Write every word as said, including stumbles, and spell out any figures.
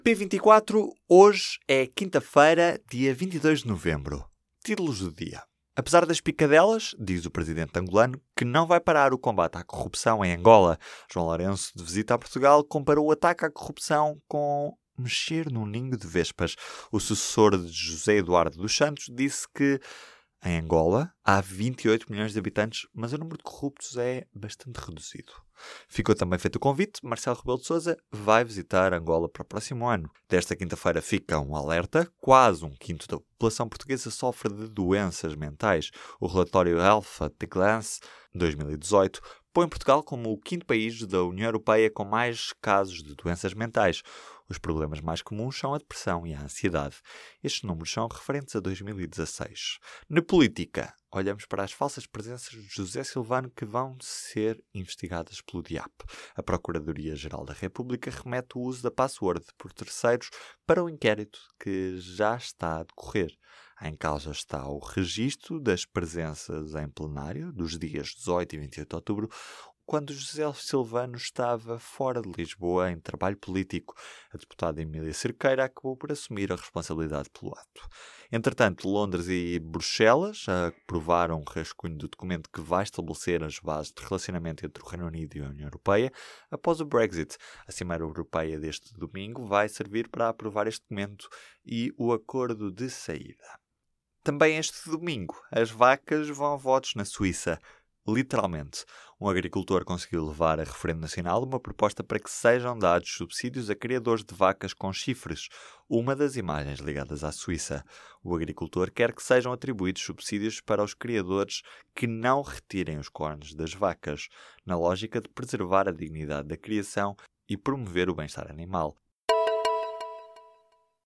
P vinte e quatro, hoje é quinta-feira, dia vinte e dois de novembro. Títulos do dia. Apesar das picadelas, diz o presidente angolano, que não vai parar o combate à corrupção em Angola. João Lourenço, de visita a Portugal, comparou o ataque à corrupção com mexer num ninho de vespas. O sucessor de José Eduardo dos Santos disse que em Angola há vinte e oito milhões de habitantes, mas o número de corruptos é bastante reduzido. Ficou também feito o convite. Marcelo Rebelo de Sousa vai visitar Angola para o próximo ano. Desta quinta-feira fica um alerta. Quase um quinto da população portuguesa sofre de doenças mentais. O relatório Health at a Glance dois mil e dezoito põe Portugal como o quinto país da União Europeia com mais casos de doenças mentais. Os problemas mais comuns são a depressão e a ansiedade. Estes números são referentes a dois mil e dezasseis. Na política, olhamos para as falsas presenças de José Silvano que vão ser investigadas pelo D I A P. A Procuradoria-Geral da República remete o uso da password por terceiros para o inquérito que já está a decorrer. Em causa está o registro das presenças em plenário dos dias dezoito e vinte e oito de outubro, quando José Silvano estava fora de Lisboa em trabalho político. A deputada Emília Cerqueira acabou por assumir a responsabilidade pelo ato. Entretanto, Londres e Bruxelas aprovaram um rascunho do documento que vai estabelecer as bases de relacionamento entre o Reino Unido e a União Europeia após o Brexit. A Cimeira Europeia deste domingo vai servir para aprovar este documento e o acordo de saída. Também este domingo, as vacas vão a votos na Suíça. Literalmente, um agricultor conseguiu levar a referendo nacional uma proposta para que sejam dados subsídios a criadores de vacas com chifres, uma das imagens ligadas à Suíça. O agricultor quer que sejam atribuídos subsídios para os criadores que não retirem os cornos das vacas, na lógica de preservar a dignidade da criação e promover o bem-estar animal.